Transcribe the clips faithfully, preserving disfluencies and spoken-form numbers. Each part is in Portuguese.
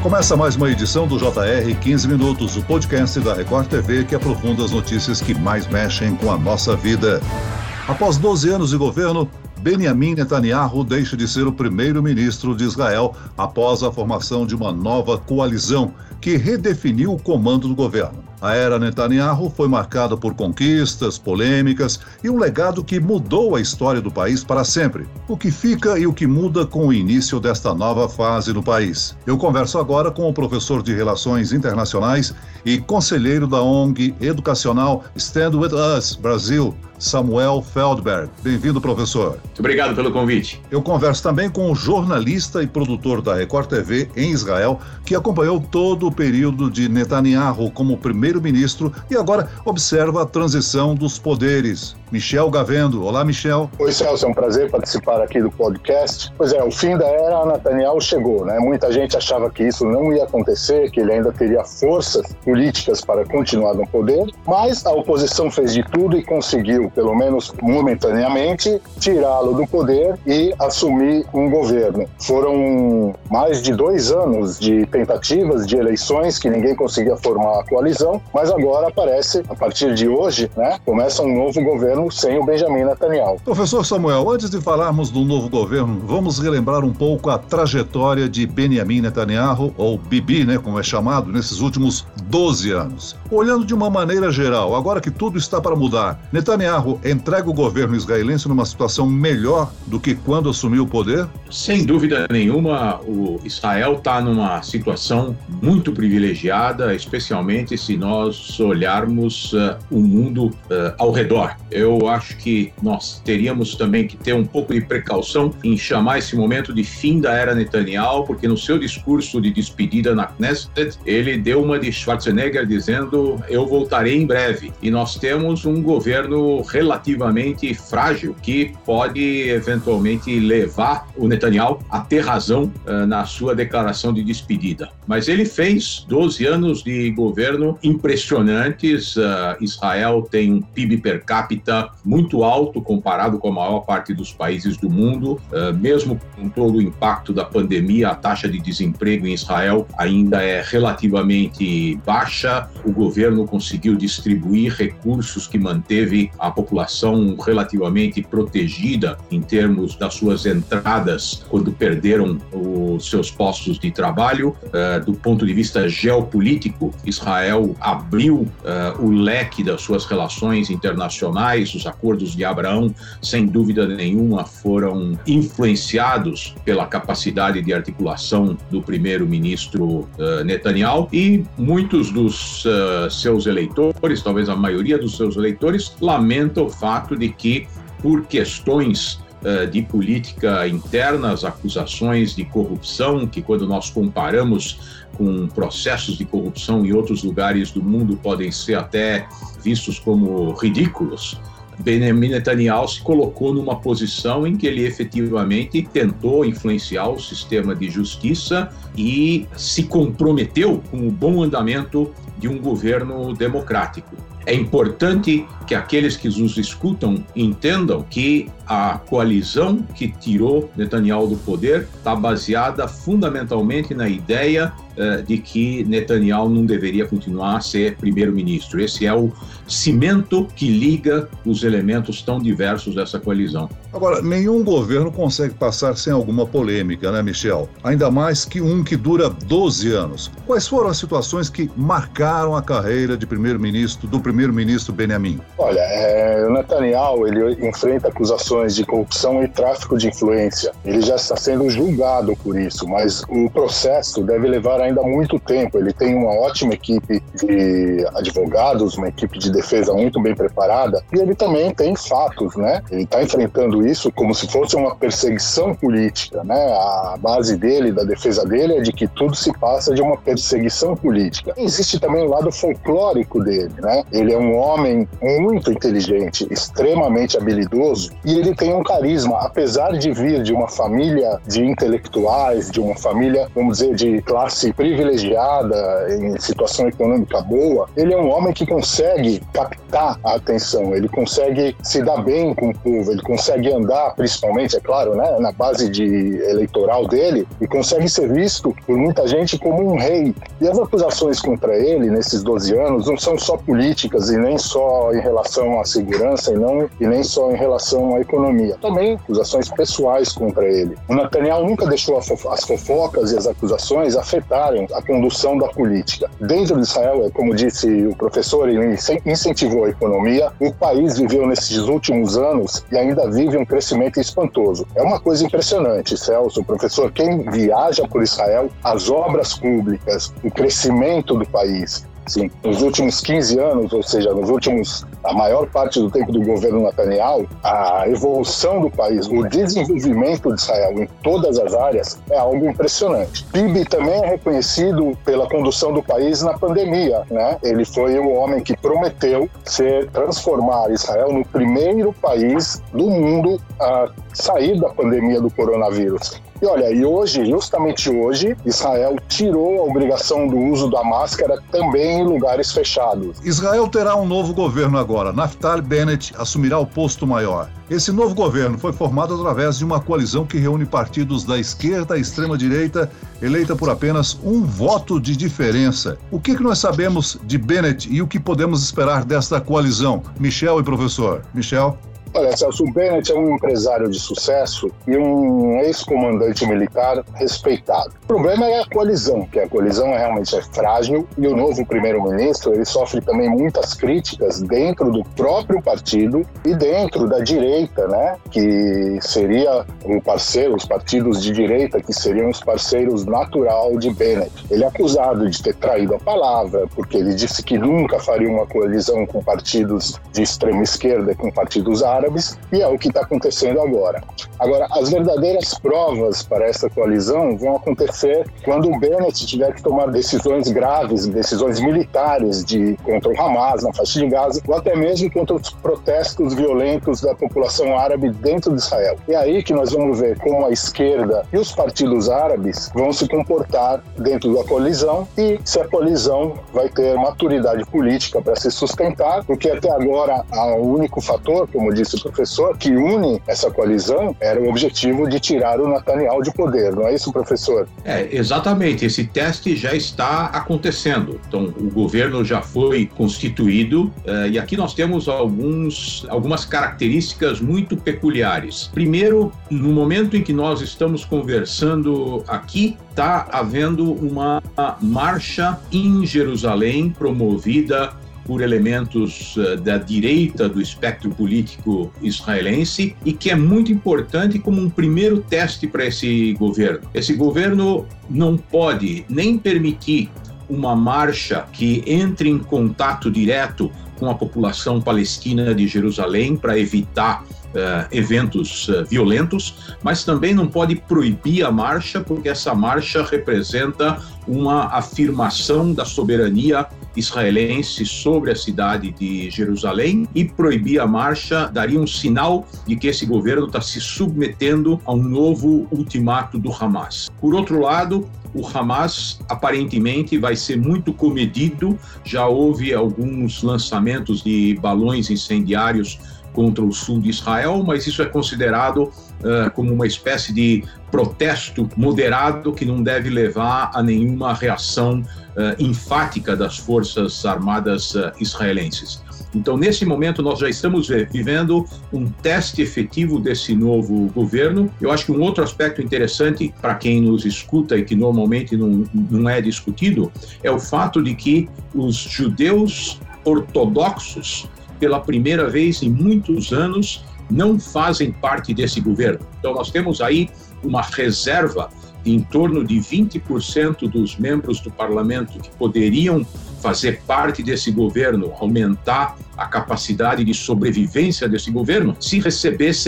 Começa mais uma edição do J R quinze Minutos, o podcast da Record T V que aprofunda as notícias que mais mexem com a nossa vida. Após doze anos de governo, Benjamin Netanyahu deixa de ser o primeiro-ministro de Israel após a formação de uma nova coalizão que redefiniu o comando do governo. A era Netanyahu foi marcada por conquistas, polêmicas e um legado que mudou a história do país para sempre. O que fica e o que muda com o início desta nova fase no país. Eu converso agora com o professor de Relações Internacionais e conselheiro da O N G educacional Stand With Us Brasil, Samuel Feldberg. Bem-vindo, professor. Muito obrigado pelo convite. Eu converso também com o jornalista e produtor da Record T V em Israel, que acompanhou todo o período de Netanyahu como primeiro-ministro e agora observa a transição dos poderes. Michel Gavendo. Olá, Michel. Oi, Celso, é um prazer participar aqui do podcast. Pois é, o fim da era Netanyahu chegou, né? Muita gente achava que isso não ia acontecer, que ele ainda teria forças políticas para continuar no poder, mas a oposição fez de tudo e conseguiu, pelo menos momentaneamente, tirá-lo do poder e assumir um governo. Foram mais de dois anos de tentativas de eleições que ninguém conseguia formar a coalizão, mas agora parece, a partir de hoje, né, começa um novo governo sem o Benjamin Netanyahu. Professor Samuel, antes de falarmos do novo governo, vamos relembrar um pouco a trajetória de Benjamin Netanyahu, ou Bibi, né, como é chamado, nesses últimos doze anos. Olhando de uma maneira geral, agora que tudo está para mudar, Netanyahu entrega o governo israelense numa situação melhor do que quando assumiu o poder? Sem dúvida nenhuma, o Israel está numa situação muito privilegiada, especialmente se nós olharmos uh, o mundo uh, ao redor. Eu acho que nós teríamos também que ter um pouco de precaução em chamar esse momento de fim da era Netanyahu, porque no seu discurso de despedida na Knesset, ele deu uma de Schwarzenegger dizendo: eu voltarei em breve. E nós temos um governo relativamente frágil que pode eventualmente levar o Netanyahu a ter razão uh, na sua declaração de despedida. Mas ele fez doze anos de governo impressionantes. Uh, Israel tem um P I B per capita muito alto comparado com a maior parte dos países do mundo. Uh, mesmo com todo o impacto da pandemia, a taxa de desemprego em Israel ainda é relativamente baixa. O governo conseguiu distribuir recursos que manteve a população relativamente protegida em termos das suas entradas quando perderam os seus postos de trabalho. Uh, do ponto de vista geopolítico, Israel abriu uh, o leque das suas relações internacionais. Os acordos de Abraão, sem dúvida nenhuma, foram influenciados pela capacidade de articulação do primeiro-ministro uh, Netanyahu, e muitos dos uh, seus eleitores, talvez a maioria dos seus eleitores, lamentam o fato de que, por questões uh, de política interna, as acusações de corrupção, que quando nós comparamos com processos de corrupção em outros lugares do mundo podem ser até vistos como ridículos, Benjamin Netanyahu se colocou numa posição em que ele efetivamente tentou influenciar o sistema de justiça e se comprometeu com o bom andamento de um governo democrático. É importante que aqueles que nos escutam entendam que a coalizão que tirou Netanyahu do poder está baseada fundamentalmente na ideia uh, de que Netanyahu não deveria continuar a ser primeiro-ministro. Esse é o cimento que liga os elementos tão diversos dessa coalizão. Agora, nenhum governo consegue passar sem alguma polêmica, né, Michel? Ainda mais que um que dura doze anos. Quais foram as situações que marcaram a carreira de primeiro-ministro, do primeiro-ministro Benjamin? Olha, é, o Netanyahu, ele enfrenta acusações de corrupção e tráfico de influência. Ele já está sendo julgado por isso, mas o processo deve levar ainda muito tempo. Ele tem uma ótima equipe de advogados, uma equipe de defesa muito bem preparada, e ele também tem fatos, né? Ele está enfrentando isso como se fosse uma perseguição política, né? A base dele, da defesa dele, é de que tudo se passa de uma perseguição política. Existe também o lado folclórico dele, né? ele é um homem muito inteligente, extremamente habilidoso, e ele tem um carisma, apesar de vir de uma família de intelectuais, de uma família, vamos dizer, de classe privilegiada, em situação econômica boa, ele é um homem que consegue captar a atenção, ele consegue se dar bem com o povo, ele consegue andar, principalmente, é claro, né, na base de eleitoral dele, e consegue ser visto por muita gente como um rei. E as acusações contra ele, nesses doze anos, não são só políticas e nem só em relação à segurança e, não, e nem só em relação à economia. Também acusações pessoais contra ele. O Netanyahu nunca deixou as fofocas e as acusações afetarem a condução da política. Dentro de Israel, como disse o professor, ele incentivou a economia. O país viveu nesses últimos anos e ainda vive um crescimento espantoso. É uma coisa impressionante, Celso, professor, quem viaja por Israel, as obras públicas, o crescimento do país. Sim, nos últimos quinze anos, ou seja, nos últimos, a maior parte do tempo do governo Netanyahu, a evolução do país, o desenvolvimento de Israel em todas as áreas é algo impressionante. Bibi também é reconhecido pela condução do país na pandemia, né? Ele foi o homem que prometeu ser, transformar Israel no primeiro país do mundo a sair da pandemia do coronavírus. E olha, e hoje, justamente hoje, Israel tirou a obrigação do uso da máscara também em lugares fechados. Israel terá um novo governo agora. Naftali Bennett assumirá o posto maior. Esse novo governo foi formado através de uma coalizão que reúne partidos da esquerda à extrema-direita, eleita por apenas um voto de diferença. O que, que nós sabemos de Bennett e o que podemos esperar desta coalizão? Michel e professor. Michel? Olha, Celso, o Bennett é um empresário de sucesso e um ex-comandante militar respeitado. O problema é a coalizão, que a coalizão realmente é frágil e o novo primeiro-ministro ele sofre também muitas críticas dentro do próprio partido e dentro da direita, né, que seria o parceiro, os partidos de direita, que seriam os parceiros natural de Bennett. Ele é acusado de ter traído a palavra, porque ele disse que nunca faria uma coalizão com partidos de extrema esquerda, com partidos árabes, e é o que está acontecendo agora. Agora, as verdadeiras provas para essa coalizão vão acontecer quando o Bennett tiver que tomar decisões graves, decisões militares de, contra o Hamas na faixa de Gaza, ou até mesmo contra os protestos violentos da população árabe dentro de Israel. É aí que nós vamos ver como a esquerda e os partidos árabes vão se comportar dentro da coalizão e se a coalizão vai ter maturidade política para se sustentar, porque até agora o único fator, como disse o professor, que une essa coalizão era o objetivo de tirar o Netanyahu de poder, não é isso, professor? É, exatamente, esse teste já está acontecendo. Então, o governo já foi constituído uh, e aqui nós temos alguns, algumas características muito peculiares. Primeiro, no momento em que nós estamos conversando aqui, está havendo uma marcha em Jerusalém promovida por elementos uh, da direita do espectro político israelense e que é muito importante como um primeiro teste para esse governo. Esse governo não pode nem permitir uma marcha que entre em contato direto com a população palestina de Jerusalém para evitar Uh, eventos uh, violentos, mas também não pode proibir a marcha, porque essa marcha representa uma afirmação da soberania israelense sobre a cidade de Jerusalém, e proibir a marcha daria um sinal de que esse governo está se submetendo a um novo ultimato do Hamas. Por outro lado, o Hamas aparentemente vai ser muito comedido, já houve alguns lançamentos de balões incendiários contra o sul de Israel, mas isso é considerado uh, como uma espécie de protesto moderado que não deve levar a nenhuma reação uh, enfática das forças armadas uh, israelenses. Então, nesse momento, nós já estamos vivendo um teste efetivo desse novo governo. Eu acho que um outro aspecto interessante para quem nos escuta e que normalmente não, não é discutido é o fato de que os judeus ortodoxos, pela primeira vez em muitos anos, não fazem parte desse governo. Então, nós temos aí uma reserva de em torno de vinte por cento dos membros do parlamento que poderiam fazer parte desse governo, aumentar a capacidade de sobrevivência desse governo, se recebessem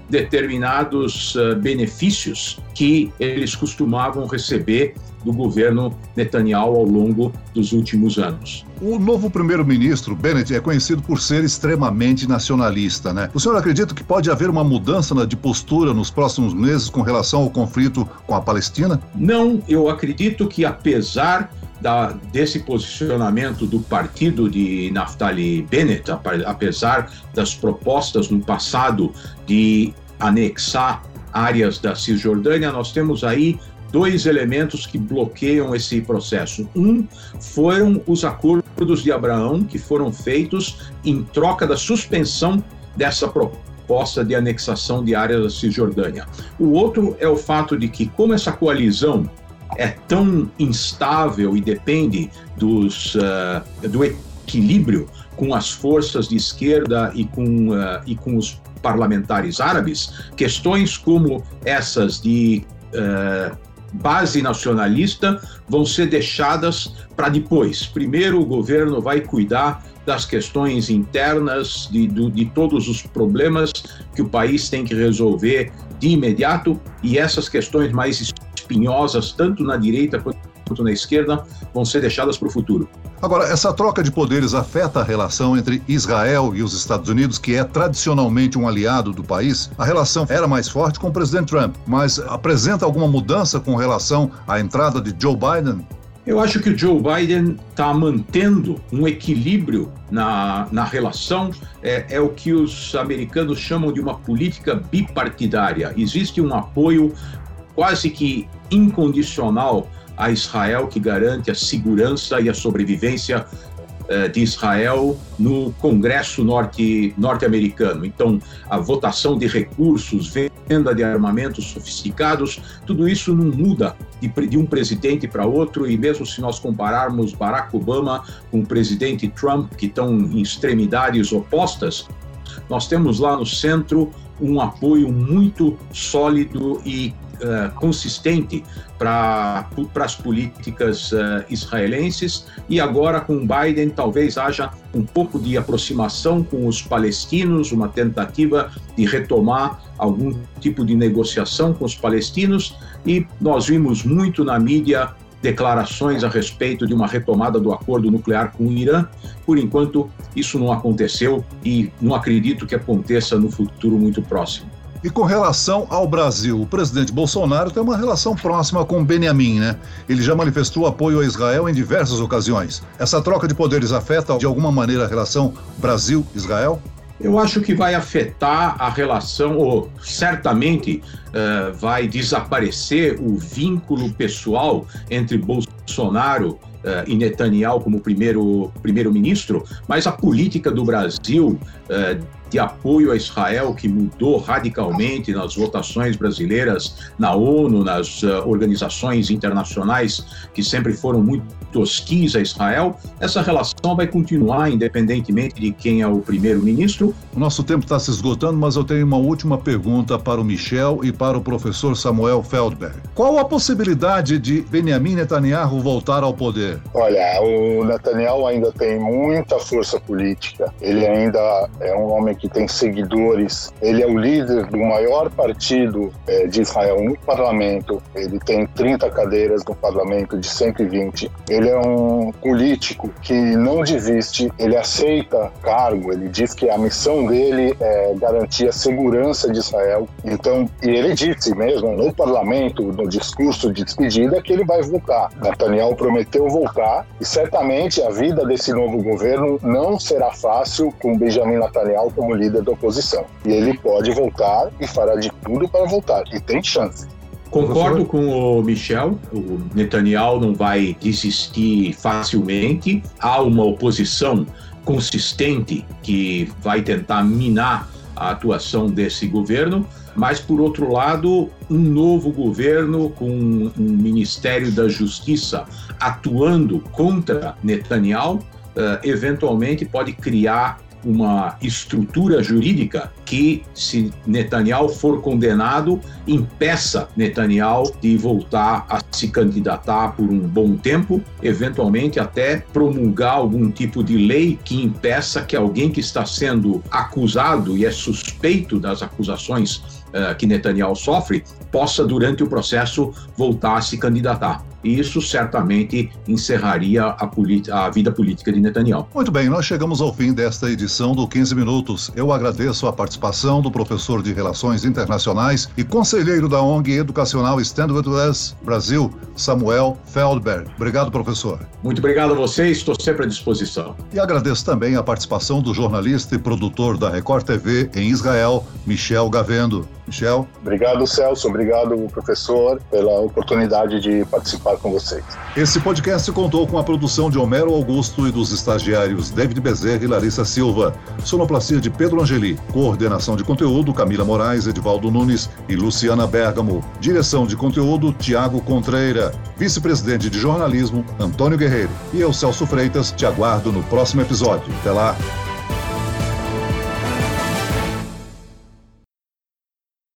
determinados uh, benefícios que eles costumavam receber do governo Netanyahu ao longo dos últimos anos. O novo primeiro-ministro, Bennett, é conhecido por ser extremamente nacionalista, né? O senhor acredita que pode haver uma mudança de postura nos próximos meses com relação ao conflito com a Palestina? Não, eu acredito que apesar da, desse posicionamento do partido de Naftali Bennett, apesar das propostas no passado de anexar áreas da Cisjordânia, nós temos aí dois elementos que bloqueiam esse processo. Um foram os acordos de Abraão, que foram feitos em troca da suspensão dessa proposta de anexação de áreas da Cisjordânia. O outro é o fato de que, como essa coalizão é tão instável e depende dos, uh, do equilíbrio com as forças de esquerda e com, uh, e com os parlamentares árabes, questões como essas de uh, base nacionalista vão ser deixadas para depois. Primeiro, o governo vai cuidar das questões internas, de, de, de todos os problemas que o país tem que resolver de imediato, e essas questões mais espinhosas, tanto na direita quanto na esquerda, vão ser deixadas para o futuro. Agora, essa troca de poderes afeta a relação entre Israel e os Estados Unidos, que é tradicionalmente um aliado do país? A relação era mais forte com o presidente Trump, mas apresenta alguma mudança com relação à entrada de Joe Biden? Eu acho que o Joe Biden está mantendo um equilíbrio na, na relação, é, é o que os americanos chamam de uma política bipartidária. Existe um apoio quase que incondicional a Israel, que garante a segurança e a sobrevivência uh, de Israel no Congresso norte, norte-americano. Então, a votação de recursos, venda de armamentos sofisticados, tudo isso não muda de, de um presidente para outro, e mesmo se nós compararmos Barack Obama com o presidente Trump, que estão em extremidades opostas, nós temos lá no centro um apoio muito sólido e Uh, consistente para as políticas uh, israelenses, e agora com Biden talvez haja um pouco de aproximação com os palestinos, uma tentativa de retomar algum tipo de negociação com os palestinos, e nós vimos muito na mídia declarações a respeito de uma retomada do acordo nuclear com o Irã. Por enquanto, isso não aconteceu e não acredito que aconteça no futuro muito próximo. E com relação ao Brasil, o presidente Bolsonaro tem uma relação próxima com Benyamin, né? Ele já manifestou apoio a Israel em diversas ocasiões. Essa troca de poderes afeta de alguma maneira a relação Brasil-Israel? Eu acho que vai afetar a relação, ou certamente uh, vai desaparecer o vínculo pessoal entre Bolsonaro uh, e Netanyahu como primeiro, primeiro-ministro, mas a política do Brasil uh, de apoio a Israel, que mudou radicalmente nas votações brasileiras, na ONU, nas uh, organizações internacionais que sempre foram muito hostis a Israel, essa relação vai continuar independentemente de quem é o primeiro-ministro. O nosso tempo está se esgotando, mas eu tenho uma última pergunta para o Michel e para o professor Samuel Feldberg. Qual a possibilidade de Benyamin Netanyahu voltar ao poder? Olha, o Netanyahu ainda tem muita força política, ele ainda é um homem que tem seguidores, ele é o líder do maior partido é, de Israel no parlamento, ele tem trinta cadeiras no parlamento de cento e vinte, ele é um político que não desiste, ele aceita cargo, ele diz que a missão dele é garantir a segurança de Israel, então, e ele disse mesmo no parlamento, no discurso de despedida, que ele vai voltar. Netanyahu prometeu voltar, e certamente a vida desse novo governo não será fácil com Benjamin Netanyahu como líder da oposição. E ele pode voltar e fará de tudo para voltar. E tem chance. Concordo com o Michel, o Netanyahu não vai desistir facilmente. Há uma oposição consistente que vai tentar minar a atuação desse governo, mas, por outro lado, um novo governo com um Ministério da Justiça atuando contra Netanyahu, uh, eventualmente pode criar uma estrutura jurídica que, se Netanyahu for condenado, impeça Netanyahu de voltar a se candidatar por um bom tempo, eventualmente até promulgar algum tipo de lei que impeça que alguém que está sendo acusado e é suspeito das acusações uh, que Netanyahu sofre, possa, durante o processo, voltar a se candidatar. E isso certamente encerraria a, a vida política de Netanyahu. Muito bem, nós chegamos ao fim desta edição do quinze Minutos. Eu agradeço a participação do professor de Relações Internacionais e conselheiro da O N G Educacional Stand With Us Brasil, Samuel Feldberg. Obrigado, professor. Muito obrigado a vocês, estou sempre à disposição. E agradeço também a participação do jornalista e produtor da Record T V em Israel, Michel Gavendo. Michel? Obrigado, Celso. Obrigado, professor, pela oportunidade de participar com vocês. Esse podcast contou com a produção de Homero Augusto e dos estagiários David Bezerra e Larissa Silva. Sonoplastia de Pedro Angeli. Coordenação de conteúdo Camila Moraes, Edivaldo Nunes e Luciana Bergamo. Direção de conteúdo Tiago Contreira. Vice-presidente de jornalismo Antônio Guerreiro. E eu, Celso Freitas, te aguardo no próximo episódio. Até lá!